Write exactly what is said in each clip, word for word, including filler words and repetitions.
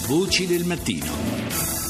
Voci del mattino.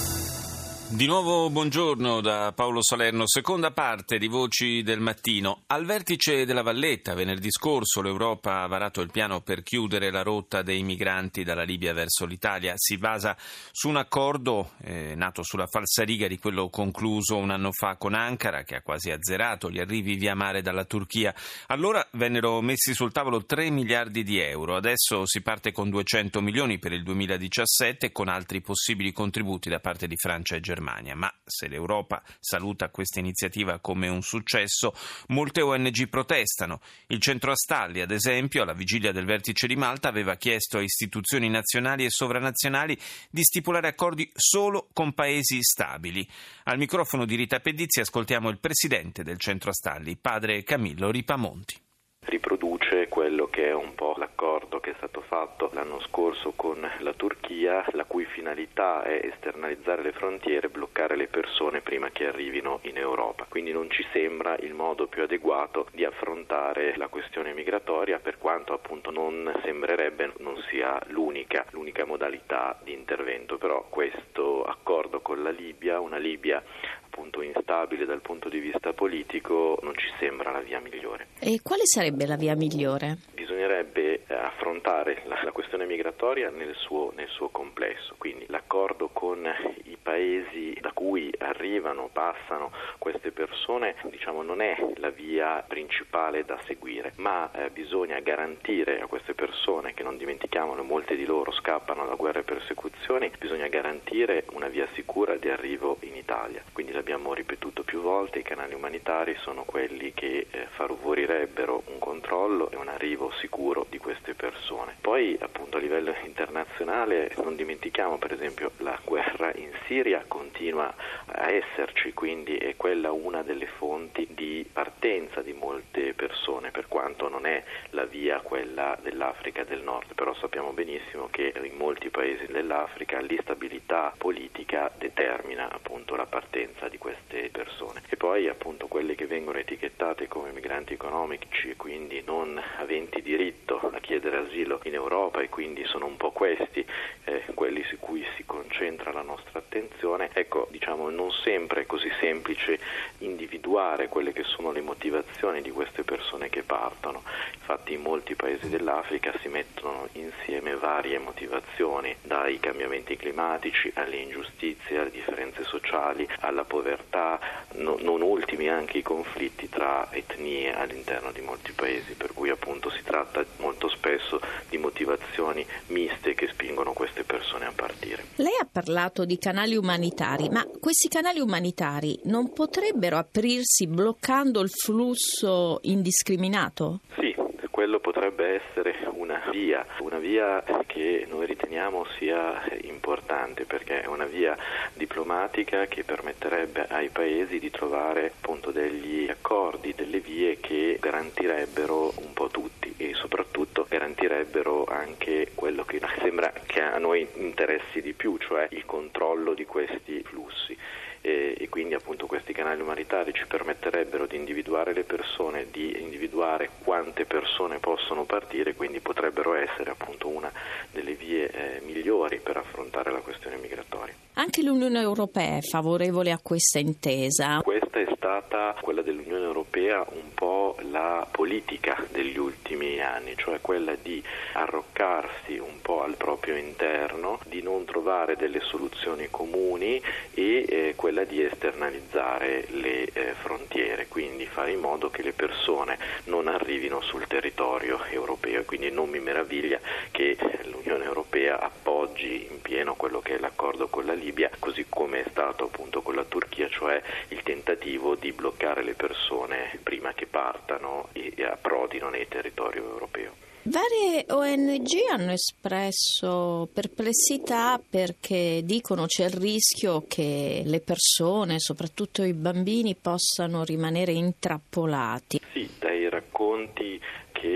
Di nuovo buongiorno da Paolo Salerno, seconda parte di Voci del Mattino. Al vertice della Valletta venerdì scorso l'Europa ha varato il piano per chiudere la rotta dei migranti dalla Libia verso l'Italia. Si basa su un accordo eh, nato sulla falsariga di quello concluso un anno fa con Ankara, che ha quasi azzerato gli arrivi via mare dalla Turchia. Allora vennero messi sul tavolo tre miliardi di euro. Adesso si parte con duecento milioni per il duemiladiciassette, con altri possibili contributi da parte di Francia e Germania. Ma se l'Europa saluta questa iniziativa come un successo, molte O N G protestano. Il Centro Astalli, ad esempio, alla vigilia del vertice di Malta, aveva chiesto a istituzioni nazionali e sovranazionali di stipulare accordi solo con paesi stabili. Al microfono di Rita Pedizzi ascoltiamo il presidente del Centro Astalli, padre Camillo Ripamonti. Riproduce quello che è un po' l'accordo che è stato fatto l'anno scorso con la Turchia, la cui finalità è esternalizzare le frontiere, bloccare le persone prima che arrivino in Europa. Quindi non ci sembra il modo più adeguato di affrontare la questione migratoria, per quanto appunto non sembrerebbe non sia l'unica, l'unica modalità di intervento. Però questo accordo con la Libia, una Libia appunto instabile dal punto di vista politico, non ci sembra la via migliore. E quale sarebbe la via migliore? Bisognerebbe affrontare la, la questione migratoria nel suo, nel suo complesso, quindi l'accordo con i paesi da cui arrivano, passano queste persone, diciamo, non è la via principale da seguire, ma eh, bisogna garantire a queste persone, che non dimentichiamolo, molte di loro scappano da guerre e persecuzioni, bisogna garantire una via sicura di arrivo in Italia. Quindi l'abbiamo ripetuto più volte, i canali umanitari sono quelli che eh, favorirebbero un controllo e un arrivo sicuro di queste persone. Poi appunto a livello internazionale non dimentichiamo per esempio la guerra in Siria continua a esserci, quindi è quella una delle fonti di partenza di molte persone, per quanto non è la via quella dell'Africa del Nord, però sappiamo benissimo che in molti paesi dell'Africa l'instabilità politica determina appunto la partenza di queste persone. E poi appunto quelle che vengono etichettate come migranti economici e quindi non aventi diritto a chiedere asilo in Europa, e quindi sono un po' questi eh, quelli su cui si concentra la nostra attenzione. Ecco, diciamo, non sempre è così semplice individuare quelle che sono le motivazioni di queste persone che partono. Infatti in molti paesi dell'Africa si mettono insieme varie motivazioni, dai cambiamenti climatici alle ingiustizie, alle differenze sociali, alla povertà, no, non ultimi anche i conflitti tra etnie all'interno di molti paesi, per cui appunto si tratta molto spesso di motivazioni miste che spingono queste persone a partire. Lei ha parlato di canali umanitari, ma questi canali umanitari non potrebbero aprirsi bloccando il flusso indiscriminato? Sì, quello potrebbe essere una via, una via che noi riteniamo sia importante, perché è una via diplomatica che permetterebbe ai paesi di trovare appunto degli accordi, delle vie che garantirebbero un po' tutti e soprattutto garantirebbero anche quello che sembra che a noi interessi di più, cioè il controllo di questi flussi. E, e quindi appunto questi canali umanitari ci permetterebbero di individuare le persone, di individuare quante persone possono partire, quindi potrebbero essere appunto una delle vie eh, migliori per affrontare la questione migratoria. Anche l'Unione Europea è favorevole a questa intesa. Questa è stata, quella dell'Unione Europea, un po' la politica degli ultimi anni, cioè quella di arroccarsi un po' al proprio interno, di non trovare delle soluzioni comuni e eh, quella di esternalizzare le eh, frontiere, quindi fare in modo che le persone non arrivino sul territorio europeo. Quindi non mi meraviglia che l'Unione Europea appoggi in pieno quello che è l'accordo con la Libia, così come è stato appunto con la Turchia, cioè il tentativo di bloccare le persone prima che partano e, e approdino nel territorio europeo. Varie O N G hanno espresso perplessità perché dicono c'è il rischio che le persone, soprattutto i bambini, possano rimanere intrappolati. Sì, dai racconti che in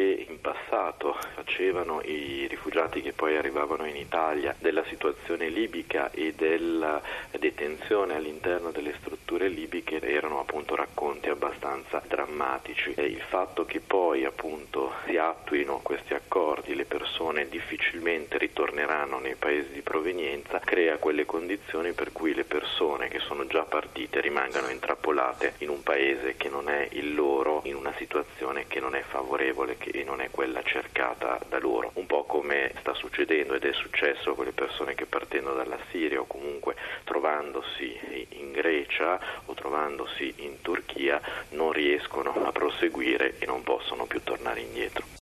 passato facevano i rifugiati che poi arrivavano in Italia della situazione libica e della detenzione all'interno delle strutture libiche erano appunto racconti abbastanza drammatici. E il fatto che poi appunto si attuino questi accordi, le persone difficilmente ritorneranno nei paesi di provenienza, crea quelle condizioni per cui le persone che sono già partite rimangano intrappolate in un paese che non è il loro, in una situazione che non è favorevole e non è quella cercata da loro. Un po' come sta succedendo ed è successo con le persone che partendo dalla Siria o comunque trovandosi in Grecia o trovandosi in Turchia non riescono a proseguire e non possono più tornare indietro.